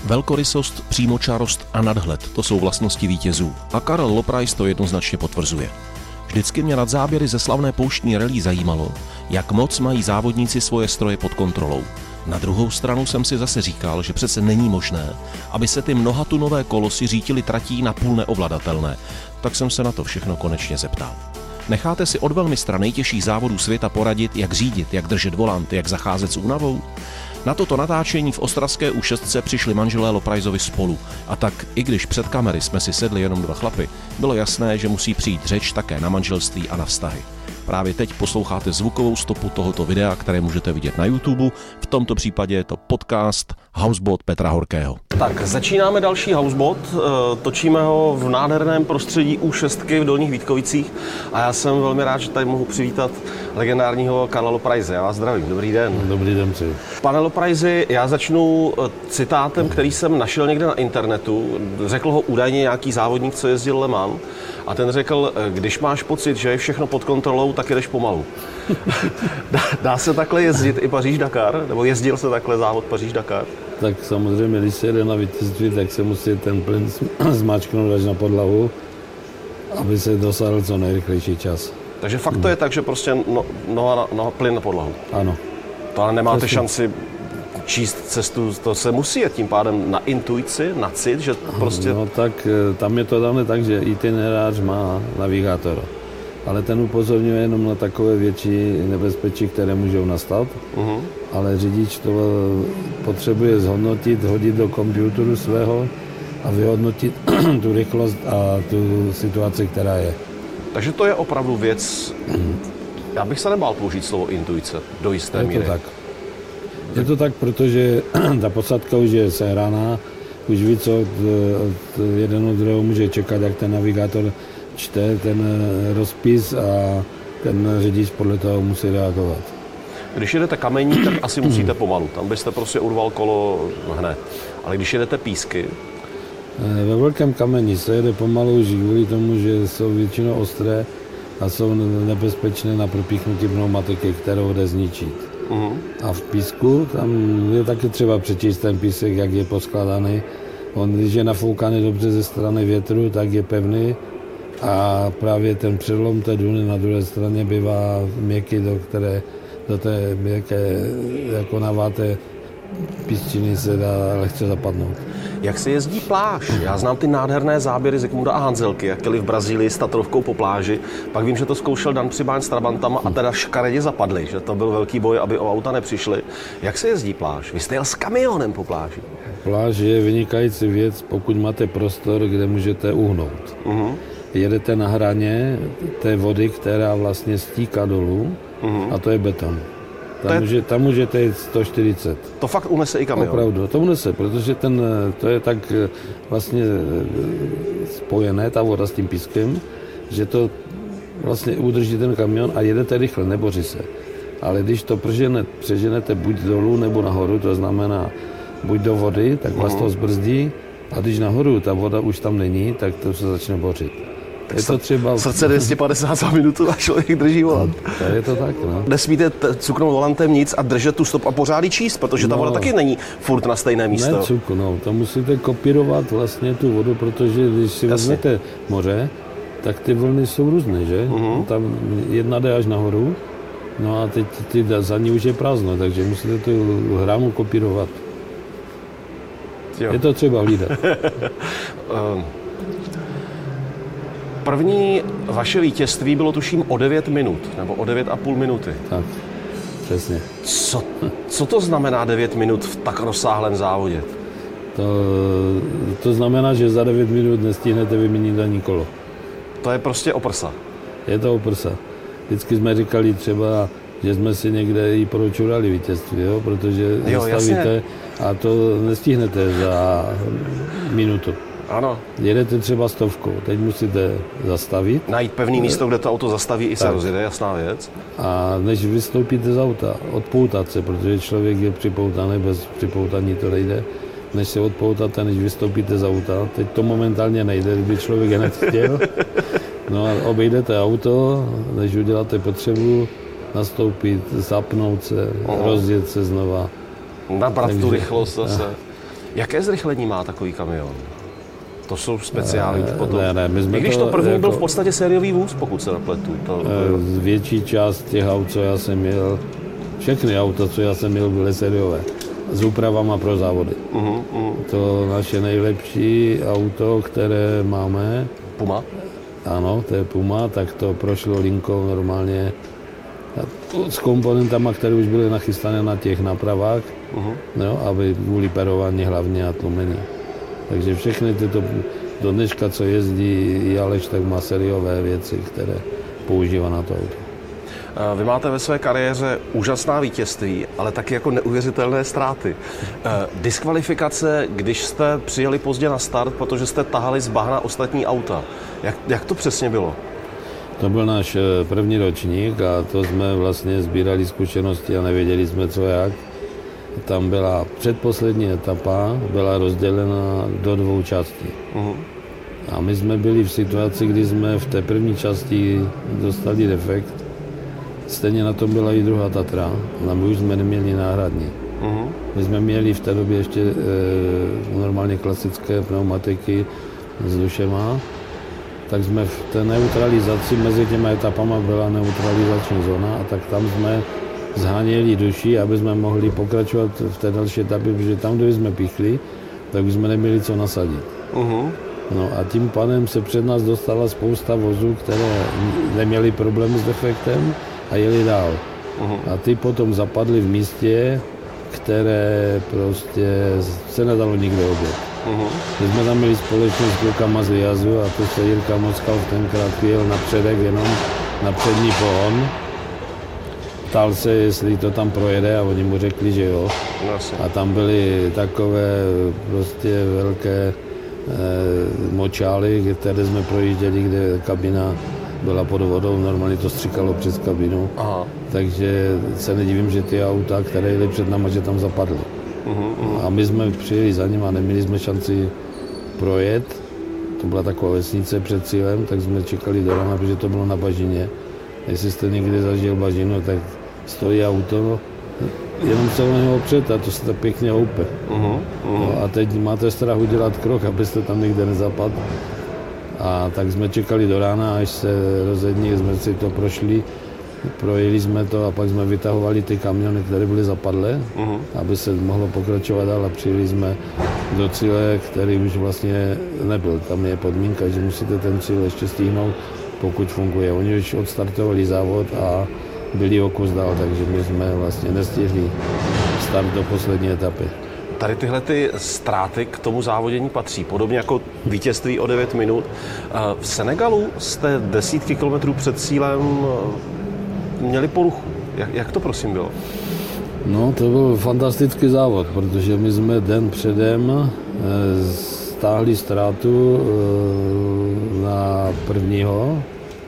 Velkorysost, přímočarost a nadhled, to jsou vlastnosti vítězů. A Karel Loprais to jednoznačně potvrzuje. Vždycky mě nad záběry ze slavné pouštní rally zajímalo, jak moc mají závodníci svoje stroje pod kontrolou. Na druhou stranu jsem si zase říkal, že přece není možné, aby se ty mnohatunové kolosy řítily tratí napůl neovladatelné. Tak jsem se na to všechno konečně zeptal. Necháte si od velmistra nejtěžších závodů světa poradit, jak řídit, jak držet volant, jak zacházet s únavou? Na toto natáčení v ostravské U6 přišli manželé Lopraisovi spolu. A tak, i když před kamery jsme si sedli jenom dva chlapy, bylo jasné, že musí přijít řeč také na manželství a na vztahy. Právě teď posloucháte zvukovou stopu tohoto videa, které můžete vidět na YouTube. V tomto případě je to podcast Houseboat Petra Horkého. Tak, začínáme další Houseboat. Točíme ho v nádherném prostředí U6 v Dolních Vítkovicích a já jsem velmi rád, že tady mohu přivítat legendárního Karla Lopraise. Já vás zdravím. Dobrý den. Dobrý den přeji. Pane Lopraisi, já začnu citátem, který jsem našel někde na internetu. Řekl ho údajně nějaký závodník, co jezdil Le Mans. A ten řekl, když máš pocit, že je všechno pod kontrolou, tak jedeš pomalu. Dá se takhle jezdit i Paříž-Dakar? Nebo jezdil se takhle závod Paříž-Dakar? Tak samozřejmě, když se jede na vítězství, tak se musí ten plyn zmáčknout až na podlahu, aby se dosáhl co nejrychlejší čas. Takže fakt to je tak, že prostě plyn na podlahu? Ano. To ale nemáte šanci číst cestu, to se musí jet tím pádem na intuici, na cit, že prostě... No tak tam je to dále tak, že itinerář má navigátor, ale ten upozorňuje jenom na takové větší nebezpečí, které můžou nastat, ale řidič to potřebuje zhodnotit, hodit do počítače svého a vyhodnotit tu rychlost a tu situaci, která je. Takže to je opravdu věc, já bych se nebál použít slovo intuice do jisté míry. Je to tak. Je to tak, protože ta posádka už je sehraná, už ví, co od jednoho druhého může čekat, jak ten navigátor čte ten rozpis a ten řidič podle toho musí reagovat. Když jedete kamení, tak asi musíte pomalu, tam byste prostě urval kolo hned. Ale když jedete písky? Ve velkém kameni se jede pomalu už kvůli tomu, že jsou většinou ostré a jsou nebezpečné na propíchnutí pneumatiky, kterou jde zničit. A v písku, tam je taky třeba přečíst ten písek, jak je poskládaný. On, když je nafoukaný dobře ze strany větru, tak je pevný a právě ten přelom té duny na druhé straně bývá měkký, do té měkké, jako naváté písčiny se dá lehce zapadnout. Jak se jezdí pláž? Já znám ty nádherné záběry Zikmunda a Hanzelky, jak jeli v Brazílii s Tatrovkou po pláži. Pak vím, že to zkoušel Dan Přibáň s Trabantama a teda škaredě zapadli, že to byl velký boj, aby o auta nepřišli. Jak se jezdí pláž? Vy jste jel s kamionem po pláži. Pláž je vynikající věc, pokud máte prostor, kde můžete uhnout. Jedete na hraně té vody, která vlastně stíká dolů a to je beton. Tam můžete jít 140. To fakt unese i kamion? Opravdu, to unese, protože to je tak vlastně spojené, ta voda s tím pískem, že to vlastně udrží ten kamion a jedete rychle, neboří se. Ale když to přeženete buď dolů nebo nahoru, to znamená buď do vody, tak vás to zbrzdí a když nahoru ta voda už tam není, tak to se začne bořit. Je to třeba... Srdce 250 za minutu a člověk drží volant. To je to tak, no. Nesmíte cuknout volantem nic a držet tu stop a pořád ji číst, protože ta voda taky není furt na stejné místo. Ne, to musíte kopírovat vlastně tu vodu, protože když si vezmete moře, tak ty vlny jsou různé, že? Tam jedna jde až nahoru, no a teď za ní už je prázdno, takže musíte tu hrámu kopírovat. Jo. Je to třeba hlídat. První vaše vítězství bylo tuším o 9 minut, nebo o 9,5 minuty. Tak, přesně. Co to znamená 9 minut v tak rozsáhlém závodě? To znamená, že za 9 minut nestihnete vyměnit ani kolo. To je prostě o prsa. Je to o prsa. Vždycky jsme říkali třeba, že jsme si někde i pročurali vítězství, jo? Protože zastavíte a to nestihnete za minutu. Ano. Jedete třeba 100, teď musíte zastavit. Najít pevný místo, kde to auto zastaví i se rozjede, jasná věc. A než vystoupíte z auta, odpoutat se, protože člověk je připoutaný, bez připoutání to nejde. Než se odpoutáte, než vystoupíte z auta, teď to momentálně nejde, kdyby člověk hned chtěl. No a obejdete auto, než uděláte potřebu, nastoupit, zapnout se, rozjet se znova. Nabrat tu rychlost zase. Jaké zrychlení má takový kamion? To jsou speciální potom. Ne, I když to první byl v podstatě sériový vůz, pokud se nepletu. Větší část těch aut, co já jsem měl, všechny auta, co já jsem měl, byly sériové. S úpravama pro závody. To naše nejlepší auto, které máme. Puma? Ano, to je Puma, tak to prošlo linkou normálně s komponentama, které už byly nachystané na těch napravách, no, aby byly perování hlavně a tlumení. Takže všechny tyto, do dneška, co jezdí Aleš, tak má sériové věci, které používá na to auto. Vy máte ve své kariéře úžasná vítězství, ale taky jako neuvěřitelné ztráty. Diskvalifikace, když jste přijeli pozdě na start, protože jste tahali z bahna ostatní auta. Jak to přesně bylo? To byl náš první ročník a to jsme vlastně sbírali zkušenosti a nevěděli jsme co jak. Tam byla předposlední etapa, byla rozdělena do 2 částí. A my jsme byli v situaci, kdy jsme v té první části dostali defekt. Stejně na tom byla i druhá Tatra, a my už jsme neměli náhradní. My jsme měli v té době ještě normálně klasické pneumatiky s dušema, tak jsme v té neutralizaci, mezi těmi etapama byla neutralizační zóna a tak tam jsme zháněli duši, aby jsme mohli pokračovat v té další etapě, protože tam, kde jsme píchli, tak už jsme neměli co nasadit. No a tím pádem se před nás dostala spousta vozů, které neměly problém s defektem a jeli dál. A ty potom zapadly v místě, které prostě se nedalo nikde obět. My jsme tam měli společnost s klukama z Liazu a to se Jirka Mockal tenkrát jel na předek jenom na přední pohon. Ptal se, jestli to tam projede a oni mu řekli, že jo. A tam byly takové prostě velké močály, které jsme projížděli, kde kabina byla pod vodou, normálně to stříkalo přes kabinu. Takže se nedivím, že ty auta, které jeli před náma, že tam zapadly. A my jsme přijeli za ním a neměli jsme šanci projet. To byla taková vesnice před cílem, tak jsme čekali do rána, protože to bylo na bažině. Jestli jste někdy zažil bažinu, tak stojí auto, jenom se o něho opřet a to se tak pěkně houpe. No a teď máte strach udělat krok, abyste tam někde nezapadl. A tak jsme čekali do rána, až se rozední, jsme si to prošli, projeli jsme to a pak jsme vytahovali ty kamiony, které byly zapadlé, aby se mohlo pokračovat dál a přijeli jsme do cíle, který už vlastně nebyl. Tam je podmínka, že musíte ten cíl ještě stihnout, pokud funguje. Oni už odstartovali závod a byli o kus dál, takže my jsme vlastně nestihli start do poslední etapy. Tady tyhle ty ztráty k tomu závodění patří, podobně jako vítězství o 9 minut. V Senegalu jste desítky kilometrů před cílem měli poruchu. Jak to prosím bylo? No, to byl fantastický závod, protože my jsme den předem stáhli ztrátu na prvního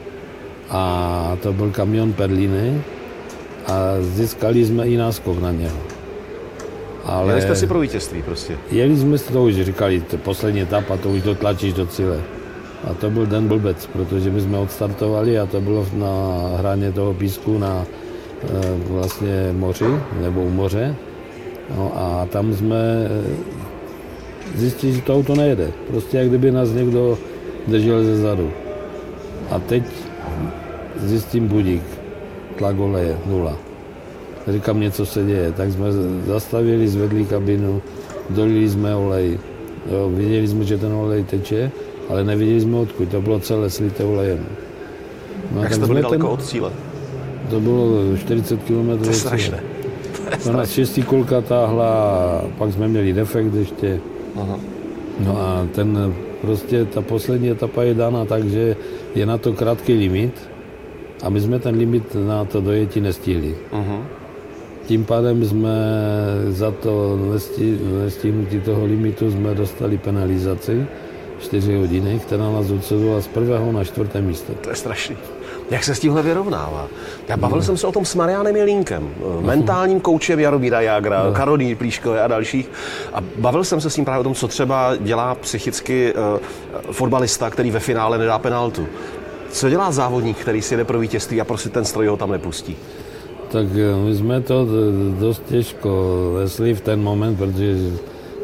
a to byl kamion Perliny a získali jsme i náskok na něho. Ale jeli jste si pro vítězství prostě? Jeli jsme si to už říkali, poslední etapa, to už dotlačíš do cíle. A to byl den blbec, protože my jsme odstartovali a to bylo na hraně toho písku na vlastně moři, nebo u moře. No a tam jsme zjistili, že to auto nejede. Prostě jak kdyby nás někdo držel ze zadu. A teď zjistím budík, tlak oleje, 0. Říkám, něco se děje, tak jsme zastavili, zvedli kabinu, dolili jsme olej. Jo, viděli jsme, že ten olej teče, ale neviděli jsme odkud, to bylo celé slité olejem. No, jak jste byli daleko od cíle? To bylo 40 km. To je strašné. To nás 6 kolka táhla, pak jsme měli defekt ještě. No a ta poslední etapa je dána tak, že je na to krátký limit a my jsme ten limit na to dojetí nestihli. Tím pádem jsme za to nestihnutí toho limitu jsme dostali penalizaci 4 hodiny, která nás odsudovala z 1. na 4. místo. To je strašný. Jak se s tímhle vyrovnává? Já bavil jsem se o tom s Mariánem Jelínkem, mentálním koučem Jaromíra Jágra, Karolíny Plíškové a dalších. A bavil jsem se s ním právě o tom, co třeba dělá psychicky fotbalista, který ve finále nedá penaltu. Co dělá závodník, který si jede pro vítězství a prostě ten stroj ho tam nepustí? Tak my jsme to dost těžko vesli v ten moment, protože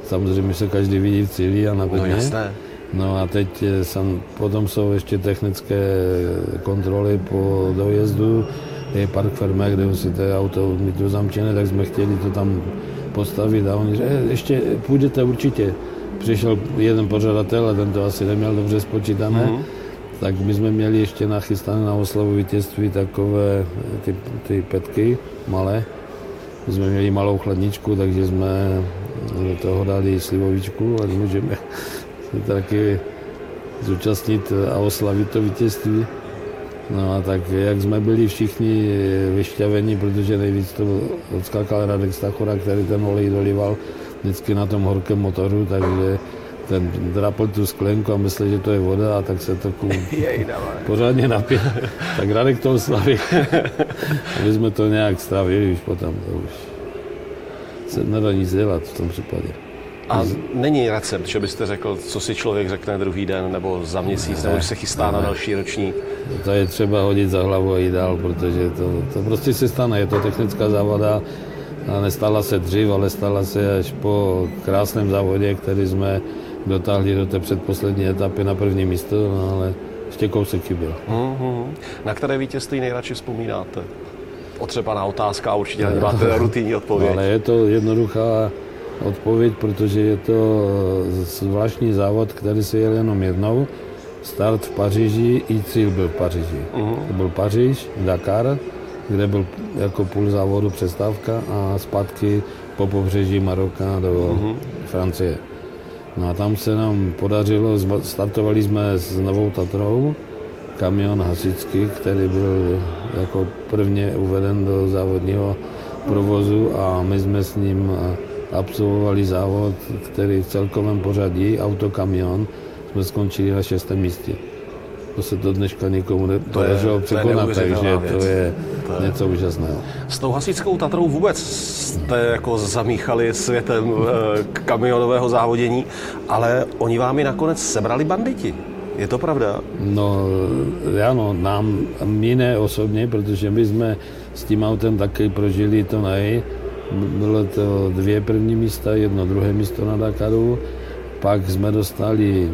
samozřejmě se každý vidí v cíli a na bedně. No jasné. No a teď potom jsou ještě technické kontroly po dojezdu, je park firma, kde si to auto mít zamčené, tak jsme chtěli to tam postavit a oni řekli, ještě půjdete určitě. Přišel jeden pořadatel a ten to asi neměl dobře spočítané, tak my jsme měli ještě nachystané na oslavu vítězství takové ty petky malé. My jsme měli malou chladničku, takže jsme do toho dali slivovičku a můžeme taky zúčastnit a oslavit to vítězství. No a tak jak jsme byli všichni vyšťavení, protože nejvíc to odskákal Radek Stachora, který ten olej dolival vždycky na tom horkém motoru, takže ten drapl tu sklenku a myslel, že to je voda a tak se to pořádně napil. Tak Radek to oslavil. My jsme to nějak strávili už potom. To už se nedá nic dělat v tom případě. A není recept, že byste řekl, co si člověk řekne druhý den nebo za měsíc, nebo že se chystá na další ročník? To je třeba hodit za hlavu a jít dál, protože to prostě se stane. Je to technická závada a nestala se dřív, ale stala se až po krásném závodě, který jsme dotáhli do té předposlední etapy na první místo, no ale ještě kousek chyběl. Na které vítězství nejradši vzpomínáte? Otřepaná otázka a určitě nemáte rutinní odpověď. Ale je to jednoduchá odpověď, protože je to zvláštní závod, který se jel jenom jednou. Start v Paříži i cíl byl v Paříži. To byl Paříž, Dakar, kde byl jako půl závodu přestávka a zpátky po pobřeží Maroka do Francie. No a tam se nám podařilo, startovali jsme s Novou Tatrou, kamion hasičský, který byl jako prvně uveden do závodního provozu a my jsme s ním absolvovali závod, který v celkovém pořadí, autokamion, jsme skončili na 6. místě. To se do dneška nikomu nepodařilo překonat, takže to je něco úžasného. S tou hasičskou Tatrou vůbec jste jako zamíchali světem kamionového závodění, ale oni vám ji nakonec sebrali banditi. Je to pravda? No, ano, my ne osobně, protože my jsme s tím autem taky prožili to Bylo to 2 první místa, 1 druhé místo na Dakaru. Pak jsme dostali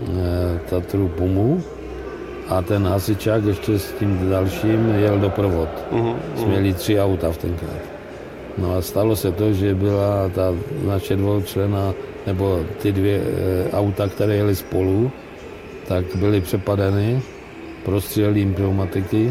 Tatru Pumu a ten hasičák ještě s tím dalším jel doprovod. Jsme měli 3 auta v tenkrát. No a stalo se to, že byla ta naše dvoučlenná, nebo ty 2 auta, které jeli spolu, tak byly přepadeny, prostříleli jim pneumatiky.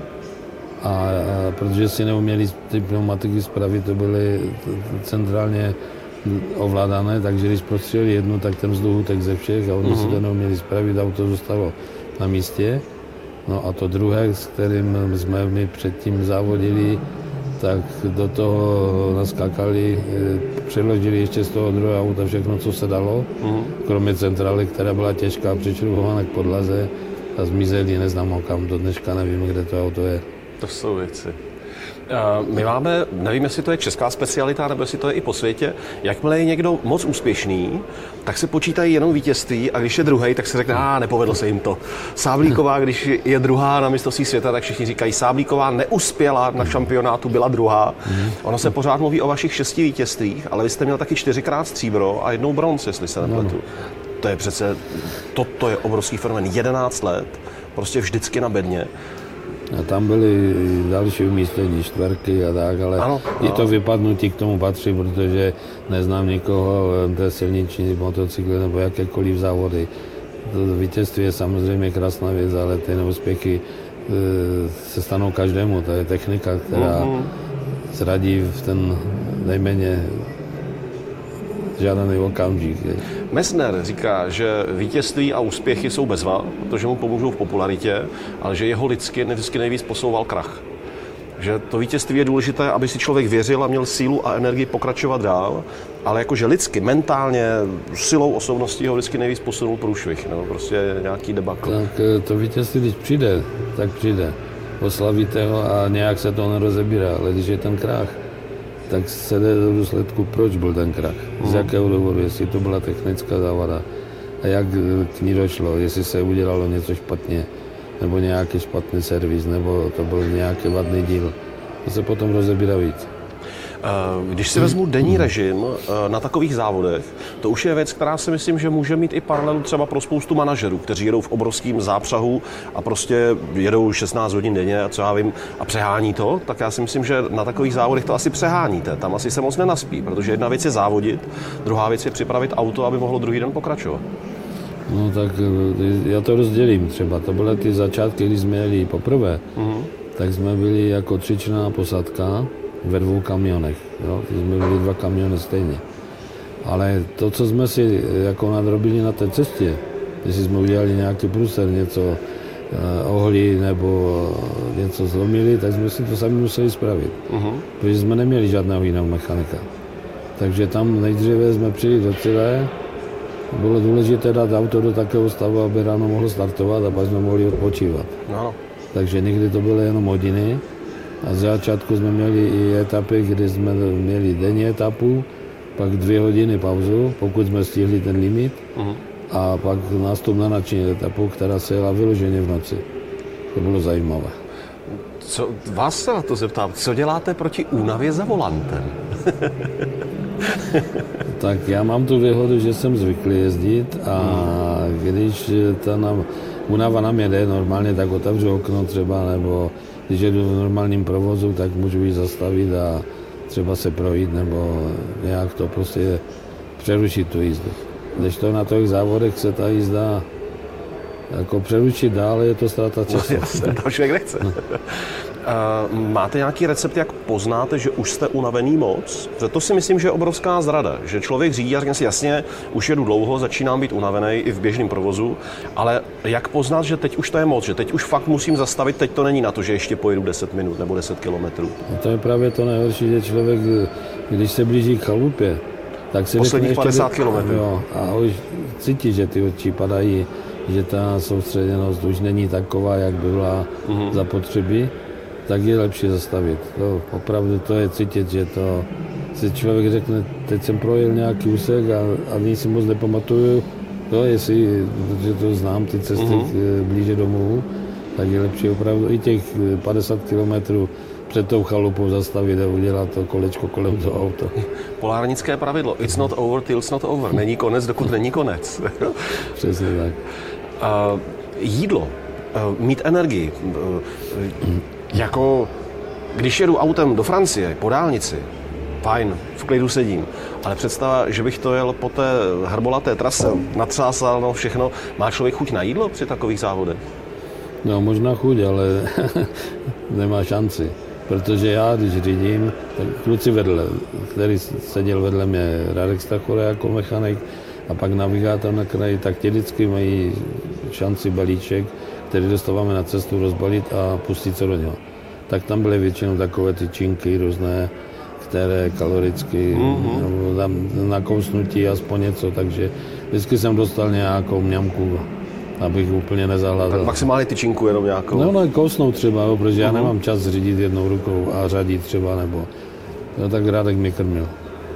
A protože si neuměli ty pneumatiky spravit, to byly centrálně ovládané, takže když prostřelili jednu, tak ten vzduch utek ze všech a oni si to neuměli spravit, auto zůstalo na místě. No a to druhé, s kterým jsme my předtím závodili, tak do toho naskákali, přeložili ještě z toho druhého auta všechno, co se dalo, kromě centrály, která byla těžká, přičrubovaná k podlaze a zmizeli, neznám kam, do dneška nevím, kde to auto je. To jsou věci. My máme, nevím, jestli to je česká specialita, nebo jestli to je i po světě, jakmile je někdo moc úspěšný, tak se počítají jenom vítězství a když je druhý, tak se řekne, nepovedlo se jim to. Sáblíková, když je druhá na mistrovství světa, tak všichni říkají, Sáblíková neuspěla na šampionátu, byla druhá. Ono se pořád mluví o vašich 6 vítězstvích, ale vy jste měl taky 4krát stříbro a 1 bronz, jestli se nepletu. To je přece, to je obrovský fenomén, 11 let, prostě vždycky na bedně. A tam byly další umístění, 4 a tak, ale ano, i to vypadnutí k tomu patří, protože neznám nikoho, té silniční motocykly nebo jakékoliv závody. To vítězství je samozřejmě krásná věc, ale ty neúspěchy se stanou každému. To je technika, která zradí v ten nejméně žádný okamžik. Messner říká, že vítězství a úspěchy jsou bezva, protože mu pomůžou v popularitě, ale že jeho lidsky vždycky nejvíc posouval krach. Že to vítězství je důležité, aby si člověk věřil a měl sílu a energii pokračovat dál, ale jakože lidsky, mentálně, silou osobností ho vždycky nejvíc posunul průšvih, nebo prostě nějaký debakl. Tak to vítězství, když přijde, tak přijde. Oslavíte ho a nějak se to nerozebírá, ale když je ten krach, tak se jde do důsledku, proč byl ten krach, z jakého důvodu, jestli to byla technická závada a jak k ní došlo, jestli se udělalo něco špatně, nebo nějaký špatný servis, nebo to byl nějaký vadný díl. To se potom rozebírá víc. Když si vezmu denní režim na takových závodech, to už je věc, která si myslím, že může mít i paralelu třeba pro spoustu manažerů, kteří jedou v obrovském zápřahu a prostě jedou 16 hodin denně a co já vím a přehání to, tak já si myslím, že na takových závodech to asi přeháníte. Tam asi se moc nenaspí, protože jedna věc je závodit, druhá věc je připravit auto, aby mohlo druhý den pokračovat. No tak já to rozdělím třeba. To byly ty začátky, když jsme jeli poprvé, tak jsme byli jako 3členná posádka ve 2 kamionech. Jo? Jsme byli 2 kamiony stejně. Ale to, co jsme si jako nadrobili na té cestě, jestli jsme udělali nějaký průser, něco ohli nebo něco zlomili, tak jsme si to sami museli spravit. Protože jsme neměli žádného jiného mechanika. Takže tam nejdříve jsme přijeli do cíle. Bylo důležité dát auto do takového stavu, aby ráno mohlo startovat a pak jsme mohli odpočívat. No. Takže někdy to byly jenom hodiny a z začátku jsme měli i etapy, kdy jsme měli denní etapu, pak 2 hodiny pauzu, pokud jsme stihli ten limit a pak nástup na noční etapu, která se jela vyloženě v noci. To bylo zajímavé. Co, vás se na to zeptám, co děláte proti únavě za volantem? Tak já mám tu výhodu, že jsem zvyklý jezdit a když ta únava na mě jde normálně, tak otevřu okno třeba, nebo když jedu v normálním provozu, tak můžu ji zastavit a třeba se projít, nebo nějak to prostě přerušit tu jízdu. Když to na těch závodech se ta jízda jako přerušit dál, je to ztráta času. No, jasně, to člověk nechce. Máte nějaký recept, jak poznáte, že už jste unavený moc? Protože to si myslím, že je obrovská zrada, že člověk řídí a řekne si jasně, už jedu dlouho, začínám být unavený i v běžném provozu, ale jak poznat, že teď už to je moc, že teď už fakt musím zastavit, teď to není na to, že ještě pojedu 10 minut nebo 10 kilometrů. No to je právě to nejhorší, že člověk, když se blíží k chalupě, tak si posledních 50 kilometrů. A už cítí, že ty oči padají, že ta soustředěnost už není taková, jak byla zapotřebí, tak je lepší zastavit. To, opravdu to je cítit, že to si člověk řekne, teď jsem projel nějaký úsek a nic si moc nepamatuju, jestli, protože to znám, ty cesty blíže domů, tak je lepší opravdu i těch 50 kilometrů před tou chalupou zastavit a udělat to kolečko kolem toho auta. Polárnické pravidlo. It's not over till it's not over. Není konec, dokud není konec. Přesně tak. Jídlo, mít energii. Jako když jedu autem do Francie po dálnici, fajn, v klidu sedím, ale představa, že bych to jel po té hrbolaté trase, natřásal, no všechno, má člověk chuť na jídlo při takových závodech? No možná chuť, ale nemá šanci, protože já, když řídím, tak kluci vedle, který seděl vedle mě, Radek Stachura jako mechanik a pak navigátor na kraji, tak ti vždycky mají šanci balíček, který dostáváme na cestu, rozbalit a pustit se do něho. Tak tam byly většinou takové ty činky různé, které kaloricky nakousnutí aspoň něco, takže vždycky jsem dostal nějakou mňamku, abych úplně nezahladal. Tak maximálně tyčinku jenom nějakou? No, kousnout třeba, protože já nemám čas řídit jednou rukou a řadit třeba, nebo tak Radek mě krmil.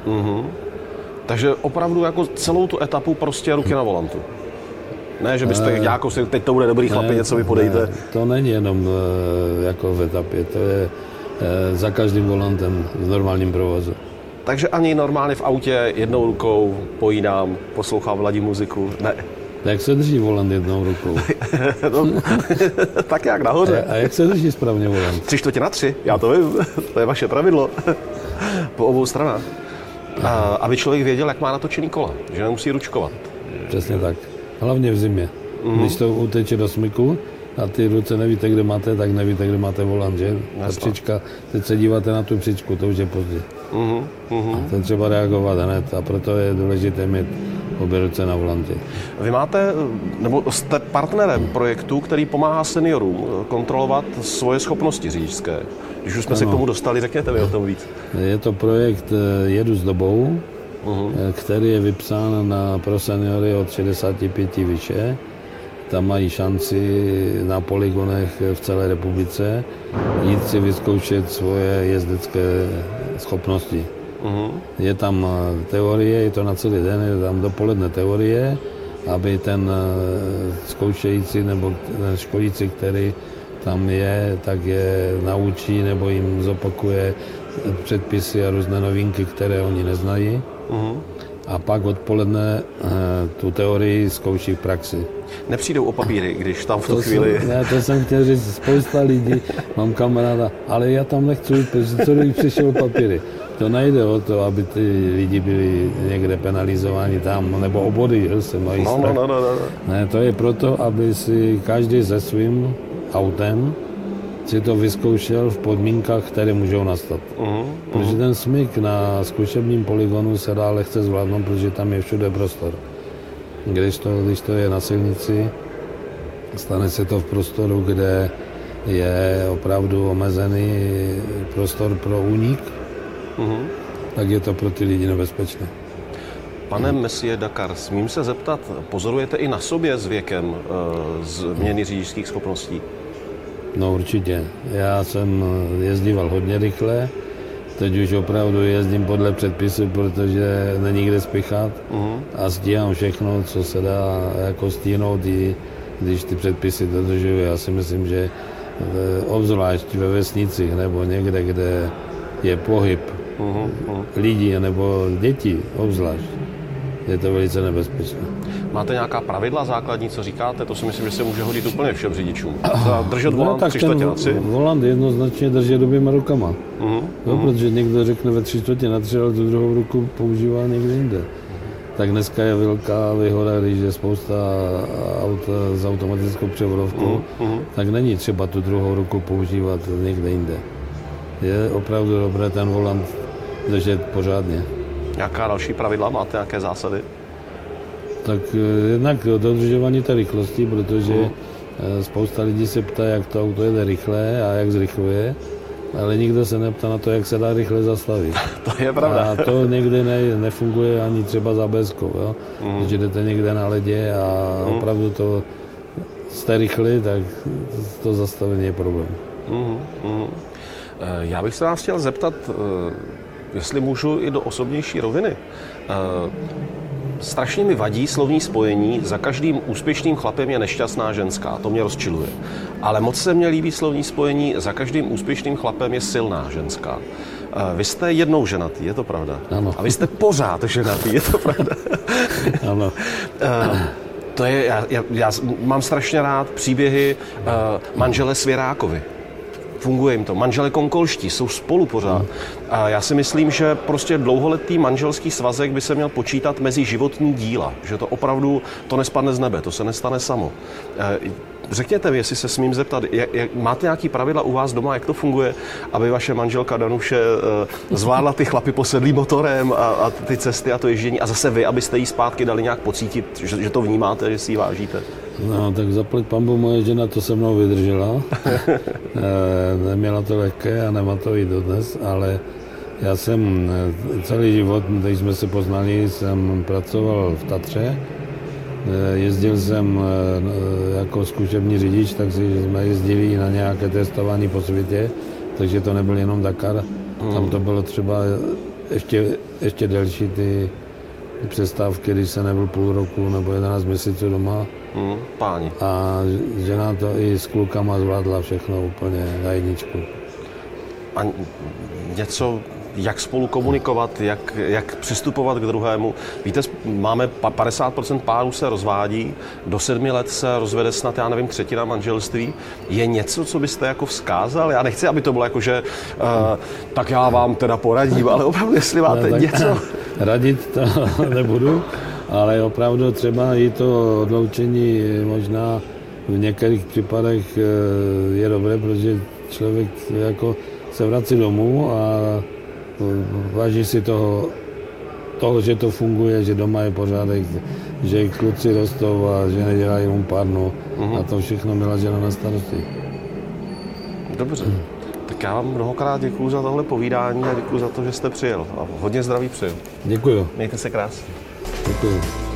Takže opravdu jako celou tu etapu prostě ruky na volantu? Ne, že byste jako si teď to bude dobrý chlapi, něco mi podejte. Ne, to není jenom jako v etapě, to je za každým volantem v normálním provozu. Takže ani normálně v autě jednou rukou pojídám, poslouchám, ladím muziku, ne. Jak se drží volant jednou rukou? No, tak jak nahoře. A jak se drží správně volant? 3/4, já to vím, to je vaše pravidlo. Po obou stranách. Aby člověk věděl, jak má natočený kola, že nemusí ručkovat. Přesně tak. Hlavně v zimě. Když to uteče do smyku a ty ruce nevíte, kde máte, tak nevíte, kde máte volant, že? Ta příčka, teď se díváte na tu příčku, to už je pozdě. A to třeba reagovat hned a proto je důležité mít obě ruce na volantě. Vy máte, nebo jste partnerem projektu, který pomáhá seniorům kontrolovat svoje schopnosti řidičské. Když už jsme se k tomu dostali, řekněte mi o tom víc. Je to projekt Jedu s dobou, který je vypsán pro seniory od 65 vyše. Tam mají šanci na poligonech v celé republice jít si vyzkoušet svoje jezdecké schopnosti. Je tam teorie, je to na celý den, je tam dopoledne teorie, aby ten zkoušející nebo ten školící, který tam je, tak je naučí nebo jim zopakuje předpisy a různé novinky, které oni neznají. A pak odpoledne tu teorii zkouší v praxi. Nepřijdou o papíry, když tam v tu chvíli... To jsem chtěl říct, spousta lidí, mám kamaráda, ale já tam nechci jít, protože co kdybych přišel papíry. To nejde o to, aby ty lidi byli někde penalizováni tam, nebo obody, se mají strach. No. Ne, to je proto, aby si každý se svým autem si to vyzkoušel v podmínkách, které můžou nastat. Protože ten smyk na zkušebním poligonu se dá lehce zvládnout, protože tam je všude prostor. Když to je na silnici, stane se to v prostoru, kde je opravdu omezený prostor pro únik, tak je to pro ty lidi nebezpečné. Pane Messier Dakar, smím se zeptat, pozorujete i na sobě s věkem změny řidičských schopností? No určitě. Já jsem jezdíval hodně rychle, teď už opravdu jezdím podle předpisu, protože není kde spěchat a stíhám všechno, co se dá jako stíhnout, i když ty předpisy dodržuju. Já si myslím, že obzvlášť ve vesnicích nebo někde, kde je pohyb lidí nebo dětí obzvlášť, je to velice nebezpečné. Máte nějaká pravidla základní, co říkáte? To si myslím, že se může hodit úplně všem řidičům. Držet volant 3/4 volant jednoznačně držet oběma rukama. Protože někdo řekne ve 3/4, ale tu druhou ruku používá někde jinde. Tak dneska je velká výhoda, když je spousta aut s automatickou převodovkou, tak není třeba tu druhou ruku používat někde jinde. Je opravdu dobré ten volant držet pořádně. Jaká další pravidla máte, nějaké zásady? Tak jednak dodržování té rychlosti, protože spousta lidí se ptá, jak to auto jede rychle a jak zrychluje, ale nikdo se neptá na to, jak se dá rychle zastavit. To je pravda. A to někdy nefunguje ani třeba za bezkou, jo? Když jdete někde na ledě a opravdu to jste rychlí, tak to zastavení je problém. Já bych se vás chtěl zeptat, jestli můžu i do osobnější roviny. Strašně mi vadí slovní spojení, za každým úspěšným chlapem je nešťastná ženská, to mě rozčiluje. Ale moc se mně líbí slovní spojení, za každým úspěšným chlapem je silná ženská. Vy jste jednou ženatý, je to pravda? Ano. A vy jste pořád ženatý, je to pravda? Ano. To je, já mám strašně rád příběhy manžele Svěrákovi. Funguje jim to. Manželé Konkolští jsou spolu pořád. A já si myslím, že prostě dlouholetý manželský svazek by se měl počítat mezi životní díla. Že to opravdu, to nespadne z nebe, to se nestane samo. Řekněte mi, jestli se smím zeptat, máte nějaký pravidla u vás doma, jak to funguje, aby vaše manželka Danuše zvládla ty chlapy posedlý motorem a ty cesty a to ježdění a zase vy, abyste jí zpátky dali nějak pocítit, že to vnímáte, že si ji vážíte? No, tak zaplať pambu, moje žena to se mnou vydržela. Neměla to lehké a nemá to i dodnes, ale já jsem celý život, když jsme se poznali, jsem pracoval v Tatře. Jezdil jsem jako zkušební řidič, takže jsme jezdili na nějaké testování po světě, takže to nebyl jenom Dakar. Tam to bylo třeba ještě delší ty přestávky, když se nebyl půl roku nebo 11 měsíců doma. Páni. A žena to i s klukama zvládla všechno úplně na jedničku. A něco, jak spolu komunikovat, jak přistupovat k druhému. Víte, máme 50% párů se rozvádí, do 7 let se rozvede snad, já nevím, třetina manželství. Je něco, co byste jako vzkázal? Já nechci, aby to bylo jako, že tak já vám teda poradím, ale opravdu, jestli máte něco. Radit to nebudu, ale opravdu třeba i to odloučení možná v některých případech je dobré, protože člověk jako se vrací domů a váží si toho, že to funguje, že doma je pořádek, že kluci rostou a že nedělají jenom párnu a to všechno měla žena na starosti. Dobře. Tak já vám mnohokrát děkuju za tohle povídání a děkuju za to, že jste přijel. A hodně zdraví přeju. Děkuju. Mějte se krásně. Děkuju.